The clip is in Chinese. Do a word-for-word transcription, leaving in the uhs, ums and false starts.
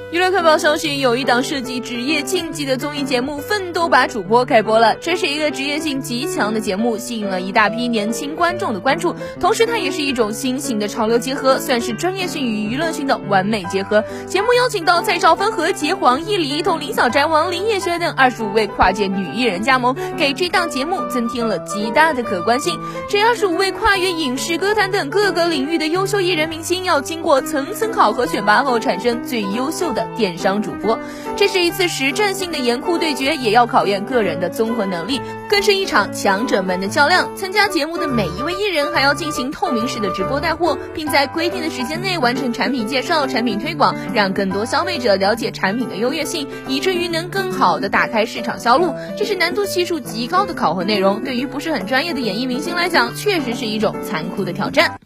娱乐快报消息，有一档涉及职业竞技的综艺节目《奋斗吧主播》开播了。这是一个职业性极强的节目，吸引了一大批年轻观众的关注。同时，它也是一种新型的潮流结合，算是专业性与娱乐性的完美结合。节目邀请到蔡少芬和杰皇、易里、同林小宅王、林叶璇等二十五位跨界女艺人加盟，给这档节目增添了极大的可观性。这二十五位跨越影视、歌坛等各个领域的优秀艺人明星，要经过层层考核选拔后，产生最优秀的电商主播。这是一次实战性的严酷对决，也要考验个人的综合能力，更是一场强者们的较量。参加节目的每一位艺人还要进行透明式的直播带货，并在规定的时间内完成产品介绍、产品推广，让更多消费者了解产品的优越性，以至于能更好的打开市场销路。这是难度系数极高的考核内容，对于不是很专业的演艺明星来讲，确实是一种残酷的挑战。